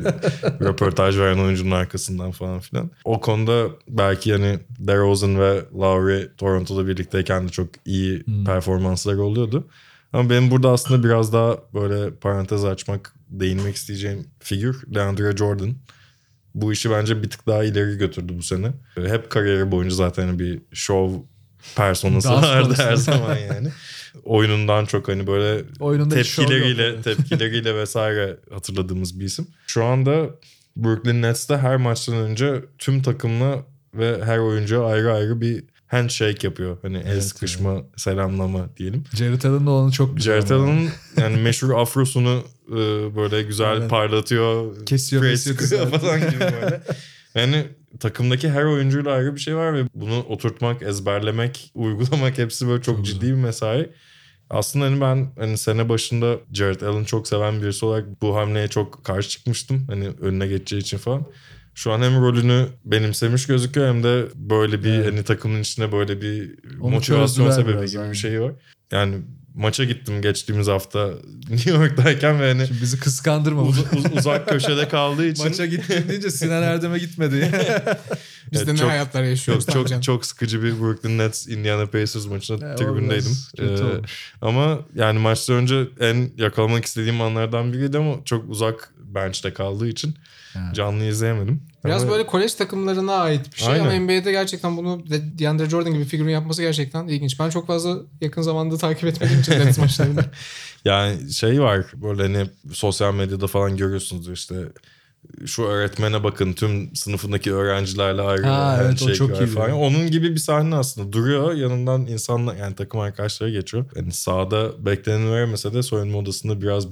röportaj veren oyuncunun arkasından falan filan. O konuda belki hani DeRozan ve Lowry Toronto'da birlikteyken de çok iyi hmm. performanslar oluyordu. Ama benim burada aslında biraz daha böyle parantez açmak, değinmek isteyeceğim figür DeAndre Jordan. Bu işi bence bir tık daha ileri götürdü bu sene. Hep kariyeri boyunca zaten bir şov personası vardı her zaman yani. Oyunundan çok hani böyle Oyununda tepkileriyle tepkileriyle vesaire hatırladığımız bir isim. Şu anda Brooklyn Nets'te her maçtan önce tüm takımla ve her oyuncuya ayrı ayrı bir handshake yapıyor. Hani el evet, sıkışma, evet. selamlama diyelim. Jared Allen de onu çok güzel. Jared Allen'ın yani meşhur afrosunu böyle güzel evet. parlatıyor. Kesiyor, kesiyor falan gibi böyle. Yani takımdaki her oyuncuyla ayrı bir şey var ve bunu oturtmak, ezberlemek, uygulamak hepsi böyle çok, çok ciddi güzel. bir mesai. Aslında hani ben hani sene başında Jared Allen'ı çok seven birisi olarak bu hamleye çok karşı çıkmıştım. Hani önüne geçeceği için falan. Şu an hem rolünü benimsemiş gözüküyor hem de böyle bir evet. hani takımın içine böyle bir Onu motivasyon sebebi gibi yani. bir şey var. Yani maça gittim geçtiğimiz hafta New York'tayken ve hani Şimdi bizi kıskandırma. Uz, uz, uzak köşede kaldığı için. Maça gittim deyince Sinan Erdem'e gitmedi. Biz de evet, ne çok, hayatlar yaşıyoruz. Çok, çok, çok sıkıcı bir Brooklyn Nets Indiana Pacers maçına ya, tribündeydim. Ee, ama yani maçtan önce en yakalamak istediğim anlardan biriydi ama çok uzak bench'te kaldığı için evet. canlı izleyemedim. Biraz ama... böyle kolej takımlarına ait bir şey Aynen. ama N B A'de gerçekten bunu DeAndre Jordan gibi figürün yapması gerçekten ilginç. Ben çok fazla yakın zamanda takip etmediğim için Nets maçlarını. Yani şey var böyle hani sosyal medyada falan görüyorsunuz işte şu öğretmene bakın tüm sınıfındaki öğrencilerle ayrı ha, evet, şey çok iyi falan. Onun gibi bir sahne aslında duruyor yanından insanlar yani takım arkadaşları geçiyor. Yani sahada bekleneni vermese de soyunma odasında biraz bir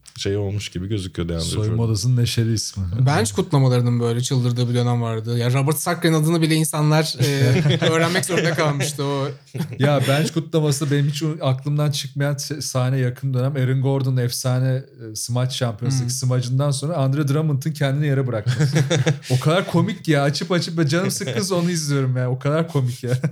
şey olmuş gibi gözüküyor DeAndre Soyunma Jordan. odasının neşeli ismi. Bench kutlamalarının böyle çıldırdığı bir dönem vardı. Ya Robert Sacre'nin adını bile insanlar e, öğrenmek zorunda kalmıştı o. Ya bench kutlaması benim hiç aklımdan çıkmayan sahne yakın dönem. Aaron Gordon'un efsane e, smaç şampiyonası hmm. smacından sonra Andre Drummond'un kendini yere bırakması. O kadar komik ya. Açıp açıp ve canım sıkkınsa onu izliyorum ya. O kadar komik ya.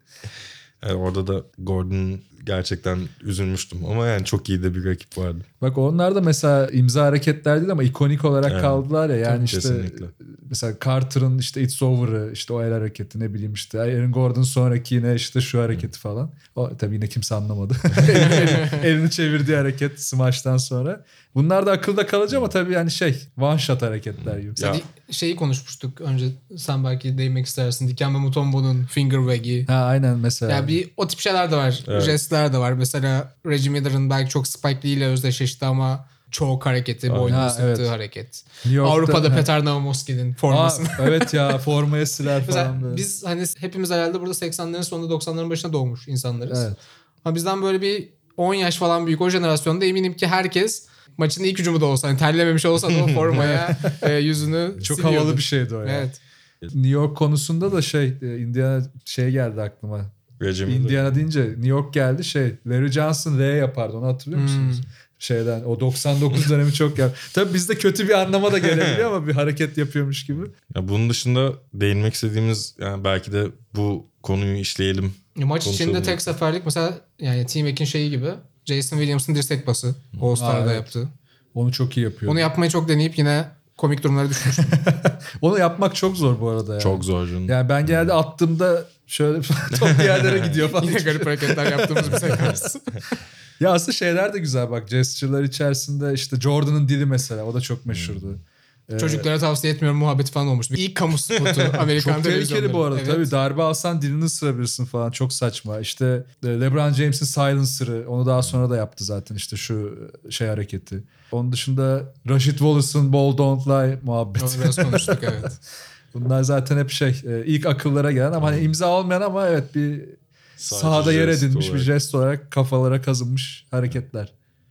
Yani orada da Gordon gerçekten üzülmüştüm ama yani çok iyi de bir rakip vardı. Bak onlar da mesela imza hareketler değil ama ikonik olarak evet. kaldılar ya. Yani Tabii, işte kesinlikle. Mesela Carter'ın işte It's Over'ı, işte o el hareketi, ne bileyim işte Aaron Gordon sonraki yine işte şu hareketi falan. O tabii yine kimse anlamadı. elini, elini çevirdiği hareket smash'tan sonra. Bunlar da akılda kalıcı ama tabii yani şey one shot hareketler gibi. Ya. Şeyi konuşmuştuk önce, sen belki değinmek istersin. Dikembe Mutombo'nun finger wag'i. Ha aynen mesela. Yani bir o tip şeyler de var. Evet. Jestler de var. Mesela Reggie Miller'ın belki çok Spike Lee ile özdeşleşti ama çok hareketi, boynunu sıktığı evet. hareket. Avrupa'da he. Petar Navamoski'nin formasını. Aa, evet ya formaya siler falan böyle. Biz hani hepimiz herhalde burada seksenlerin sonunda doksanların başına doğmuş insanlarız. Evet. Ama bizden böyle bir on yaş falan büyük o jenerasyonda eminim ki herkes maçın ilk hücumu da olsa, hani terlememiş olsa da o formaya e, yüzünü çok siliyordu. Havalı bir şeydi o ya. Evet. New York konusunda da şey Indiana şey geldi aklıma. Regime Indiana de. deyince New York geldi, şey Larry Johnson R yapardı, onu hatırlıyor musunuz? Hmm. Şeyden o doksan dokuz dönemi çok geldi. Tabii bizde kötü bir anlama da gelebiliyor ama bir hareket yapıyormuş gibi. Ya bunun dışında değinmek istediğimiz, yani belki de bu konuyu işleyelim. Ya maç içinde tek seferlik mesela, yani T-Mac'in şeyi gibi Jason Williams'ın dirsek bası All Star'da evet. yaptı. Onu çok iyi yapıyor. Onu yapmayı çok deneyip yine komik durumlara düşmüştüm. Onu yapmak çok zor bu arada. Yani. Çok zor canım. Yani ben genelde attığımda şöyle top bir yerlere gidiyor falan. Yine garip hareketler yaptığımız bir sekans. Ya aslında şeyler de güzel bak. Gesture'lar içerisinde işte Jordan'ın dili mesela. O da çok meşhurdu. Hmm. Çocuklara tavsiye etmiyorum muhabbeti falan olmuştu. İlk kamu spotu Amerikan çok tehlikeli bu arada. Evet. Tabii darbe alsan dilini ısırabilirsin falan. Çok saçma. İşte LeBron James'in silencer'ı. Onu daha sonra da yaptı zaten, işte şu şey hareketi. Onun dışında Rashid Wallace'ın Ball Don't Lie muhabbeti. Onu biraz konuştuk evet. Bunlar zaten hep şey ilk akıllara gelen ama hani imza olmayan ama evet bir sadece sahada yer edilmiş olarak. Bir jest olarak kafalara kazınmış hareketler.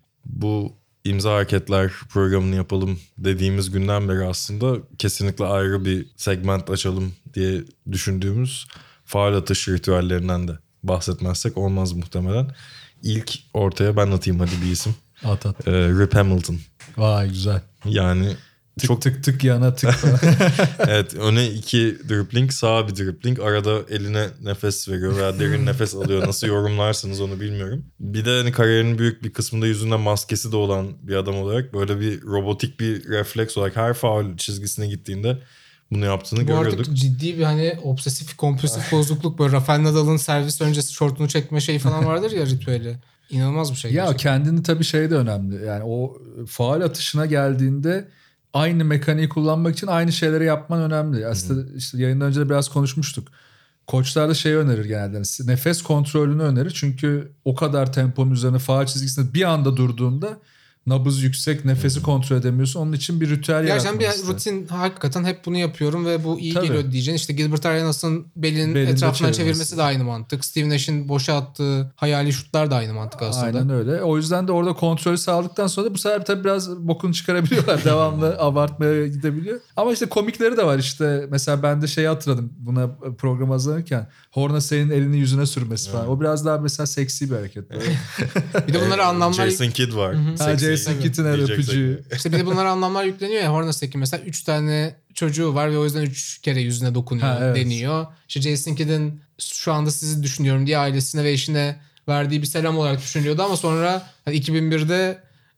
Bu imza hareketler programını yapalım dediğimiz günden beri aslında kesinlikle ayrı bir segment açalım diye düşündüğümüz faul atış ritüellerinden de bahsetmezsek olmaz muhtemelen. İlk ortaya ben atayım hadi bir isim. At at. Ee, Rip Hamilton. Vay güzel. Yani tık çok tık tık yana tık. evet, öne iki dribbling, sağa bir dribbling, arada eline nefes veriyor veya derin nefes alıyor. Nasıl yorumlarsınız onu bilmiyorum. Bir de hani kariyerinin büyük bir kısmında yüzünde maskesi de olan bir adam olarak böyle bir robotik bir refleks olarak her faul çizgisine gittiğinde bunu yaptığını bu görüyorduk. Artık ciddi bir hani obsesif kompulsif bozukluk, böyle Rafael Nadal'ın servis öncesi şortunu çekme şeyi falan vardır ya ritüeli. İnanılmaz bir şey. Ya gerçekten. Kendini tabii şey de önemli. Yani o faul atışına geldiğinde aynı mekaniği kullanmak için aynı şeyleri yapman önemli. Aslında işte yayından önce de biraz konuşmuştuk. Koçlar da şey önerir genelde. Nefes kontrolünü önerir. Çünkü o kadar temponun üzerine faul çizgisinde bir anda durduğunda nabız yüksek, nefesi hmm. kontrol edemiyorsun. Onun için bir ritüel gerçekten yaratmak bir rutin, hakikaten hep bunu yapıyorum ve bu iyi Tabii. geliyor diyeceksin. İşte Gilbert Arenas'ın belin Belinde etrafından çevirmesi. çevirmesi de aynı mantık. Steve Nash'in boşa attığı hayali şutlar da aynı mantık aslında. Aynen öyle. O yüzden de orada kontrolü sağladıktan sonra da bu sefer tabii biraz bokunu çıkarabiliyorlar. Devamlı abartmaya gidebiliyor. Ama işte komikleri de var işte. Mesela ben de şeyi hatırladım buna program hazırlanırken. Hornacek'in elini yüzüne sürmesi falan. O biraz daha mesela seksi bir hareket. Bir de bunlara anlamlar... Jason Kidd var. Ha, Jason Kidd'in el öpücüğü. İşte bir de bunlara anlamlar yükleniyor ya. Hornacek'in mesela üç tane çocuğu var ve o yüzden üç kere yüzüne dokunuyor ha, evet. deniyor. İşte Jason Kidd'in şu anda sizi düşünüyorum diye ailesine ve eşine verdiği bir selam olarak düşünülüyordu ama sonra iki bin birde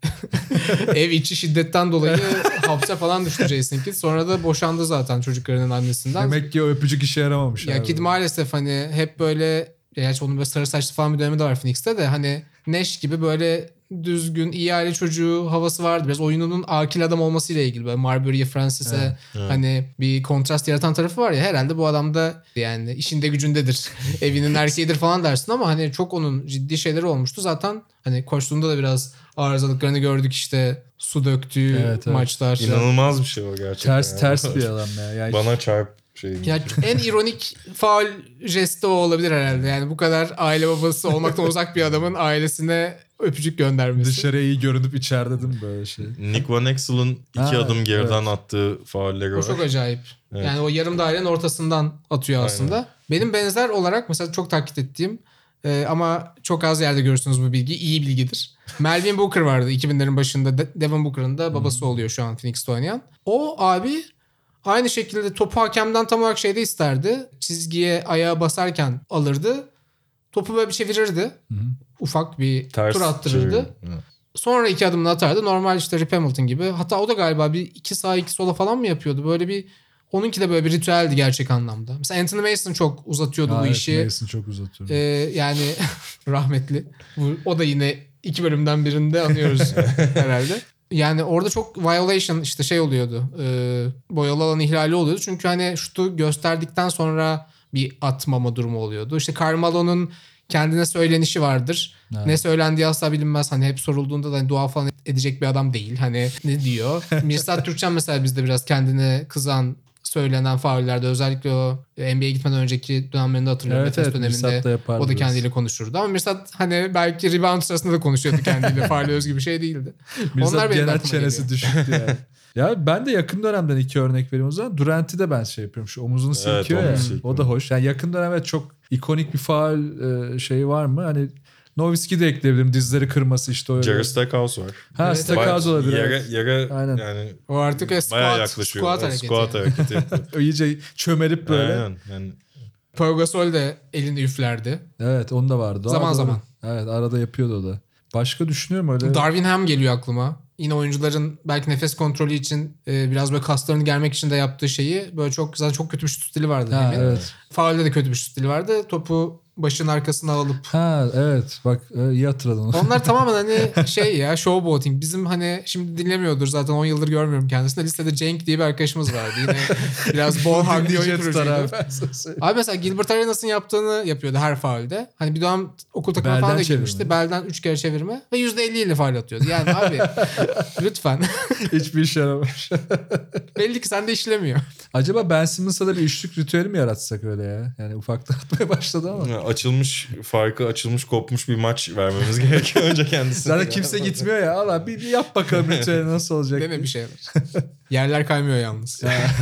ev içi şiddetten dolayı hapse falan düştü Jason Kidd. Sonra da boşandı zaten çocuklarının annesinden. Demek ki o öpücük işe yaramamış. Ya Kidd maalesef hani hep böyle, gerçi onun böyle sarı saçlı falan bir dönemi de var Phoenix'te de, hani Nash gibi böyle düzgün, iyi aile çocuğu havası vardı. Biraz oyununun akil adam olmasıyla ilgili. Böyle Marbury'e, Francis'e evet, evet. hani bir kontrast yaratan tarafı var ya. Herhalde bu adam da yani işinde gücündedir. Evinin erkeğidir falan dersin ama hani çok onun ciddi şeyleri olmuştu. Zaten hani koçluğunda da biraz arızalıklarını gördük işte. Su döktüğü evet, evet. maçlar. İnanılmaz bir şey o gerçekten. Ters yani. Ters bir adam ya. Yani bana çarp şeyin. Ya en ironik faul jesti o olabilir herhalde. Yani bu kadar aile babası olmaktan uzak bir adamın ailesine öpücük göndermesi. Dışarıya iyi görünüp içeride değil mi böyle şey? Nick Van Exel'ın iki Ha, adım geriden evet. attığı faulleri O var. çok acayip. Evet. Yani o yarım dairenin ortasından atıyor aslında. Benim benzer olarak mesela çok taklit ettiğim e, ama çok az yerde görürsünüz bu bilgi. İyi bilgidir. Melvin Booker vardı iki binlerin başında. De- Devin Booker'ın da babası oluyor şu an Phoenix'te oynayan. O abi aynı şekilde topu hakemden tam olarak şeyde isterdi. Çizgiye ayağa basarken alırdı. Topu böyle bir çevirirdi. Ufak bir Ters tur attırırdı. çeviriyor. Evet. Sonra iki adımını atardı. Normal işte Rip Hamilton gibi. Hatta o da galiba bir iki sağ iki sola falan mı yapıyordu? Böyle bir onunki de böyle bir ritüeldi gerçek anlamda. Mesela Anthony Mason çok uzatıyordu Ha, bu evet, işi. Mason çok uzatıyor. Ee, yani rahmetli. Bu, o da yine iki bölümden birinde anıyoruz herhalde. Yani orada çok violation işte şey oluyordu. E, boyalı alan ihlali oluyordu. Çünkü hani şutu gösterdikten sonra bir atmama durumu oluyordu. İşte Carmelo'nun kendine söylenişi vardır. Evet. Ne söylendiği asla bilinmez. Hani hep sorulduğunda da hani dua falan edecek bir adam değil. Hani ne diyor? Mirsad Türkçen mesela bizde biraz kendine kızan söylenen faullerde özellikle o N B A'ye gitmeden önceki dönemlerinde hatırlıyorum. Evet, Efes evet, Mirsad döneminde da yapardı o da biraz. kendiyle konuşurdu. Ama Mirsad hani belki rebound sırasında da konuşuyordu kendiyle. Faul özgü bir şey değildi. Mirzat Onlar benim genel aklıma çenesi geliyor. düşüktü yani. Ya ben de yakın dönemden iki örnek vereyim o zaman. Durant'i de ben şey yapıyorum. Şu omuzunu silkiyor omuz ya. silkiyor. O da hoş. Yani yakın dönemde çok ikonik bir faul e, şeyi var mı? Hani Nowitzki de ekleyebilirim. Dizleri kırması işte öyle. Jerry Stackhouse var. Ha Evet, Stackhouse Bayağı olabilir. Yere, evet. yere Aynen. yani O artık e, bayağı squat, yaklaşıyor. squat Evet, hareketi. Squat yani. hareketi yapıyor. O iyice çömelip böyle. Aynen. Yani Pau Gasol de elini üflerdi. Evet onun da vardı. Zaman Aa, doğru. zaman. Evet arada yapıyordu o da. Başka düşünüyorum öyle. Darvin Ham geliyor aklıma. Yine oyuncuların belki nefes kontrolü için e, biraz böyle kaslarını germek için de yaptığı şeyi böyle çok zaten çok kötü bir şut stili vardı. Ha, Ham'in. evet. Faulde de kötü bir şut stili vardı. Topu başın arkasına alıp Ha evet bak e, iyi hatırladın onu. onlar tamamen hani şey ya showboating. Bizim hani şimdi dinlemiyordur zaten on yıldır görmüyorum kendisini. Listede Cenk diye bir arkadaşımız vardı. Yine biraz ball hug bir oyun Dinleyeceğiz tutar abi, kurucuydu. ben sana söyleyeyim. Abi mesela Gilbert Arenas'ın yaptığını yapıyordu her faulde. Hani bir dönem okul takımına Belden falan da çevirme. girmişti. Belden üç kere çevirme ve yüzde elli ile faul atıyordu. Yani abi lütfen. Hiçbir işe yaramamış. Belli ki sende işlemiyor. Acaba Ben Simmons'a da bir üçlük ritüeli mi yaratsak öyle ya? Yani ufaktan atmaya başladı ama. yani açılmış farkı açılmış kopmuş bir maç vermemiz gerekiyor önce kendisine. Zaten kimse gitmiyor ya. Allah bir, bir yap bakalım ritüeli nasıl olacak. Dene diye. bir şeyler. Yerler kaymıyor yalnız.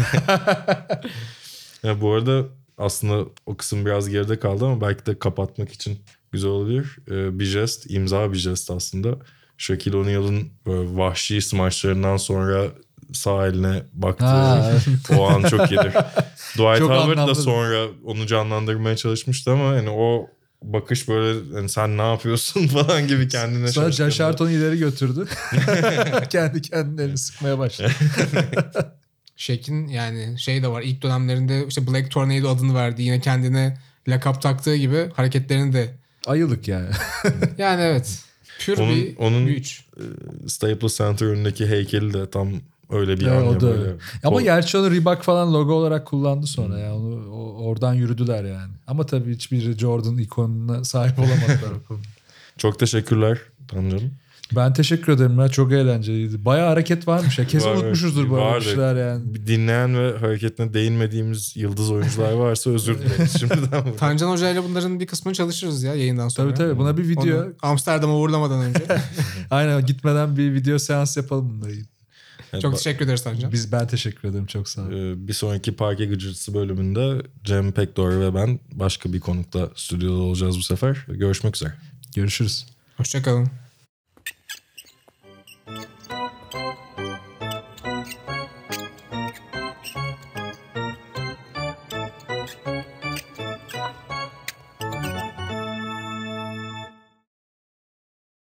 Ya bu arada aslında o kısım biraz geride kaldı ama belki de kapatmak için güzel olabilir. Ee, bir jest, imza bir jest aslında. Shaquille O'Neal'ın böyle vahşi smaçlarından sonra sağ eline baktığı Ha, o an çok iyidir. Dwight Çok Howard da anlamlı. sonra onu canlandırmaya çalışmıştı ama yani o bakış böyle yani sen ne yapıyorsun falan gibi kendine Sonra şaşkındı. Josh Harton'u ileri götürdü. Kendi kendine elini sıkmaya başladı. Shaq'in yani şey de var. İlk dönemlerinde işte Black Tornado adını verdi. Yine kendine lakap taktığı gibi hareketlerini de. Ayılık yani. Yani evet. Pür Onun- bir onun- güç. Staples Center önündeki heykeli de tam öyle bir Evet, an o ya da böyle. öyle. Ama Kol- gerçi onu Reebok falan logo olarak kullandı sonra ya. Onu, o- oradan yürüdüler yani. Ama tabii hiçbir Jordan ikonuna sahip olamadılar o konuda. Çok teşekkürler Tanrım. Ben teşekkür ederim ya. Çok eğlenceliydi. Bayağı hareket varmış ya. Kesin Var, unutmuşuzdur bu arada vardır. bir şeyler yani. Bir dinleyen ve hareketine değinmediğimiz yıldız oyuncular varsa özür dileriz şimdiden. Tancan Hoca ile bunların bir kısmını çalışırız ya yayından sonra. Tabii tabii. Buna bir video. Onu Amsterdam'a uğurlamadan önce. Aynen gitmeden bir video seans yapalım bununla ilgili. Çok teşekkür ederiz Tancan. Biz ben teşekkür ederim. Çok sağ ol. Ee, Bir sonraki Parke Gıcırtısı bölümünde Cem Pekdor ve ben başka bir konukla stüdyoda olacağız bu sefer. Görüşmek üzere. Görüşürüz. Hoşçakalın.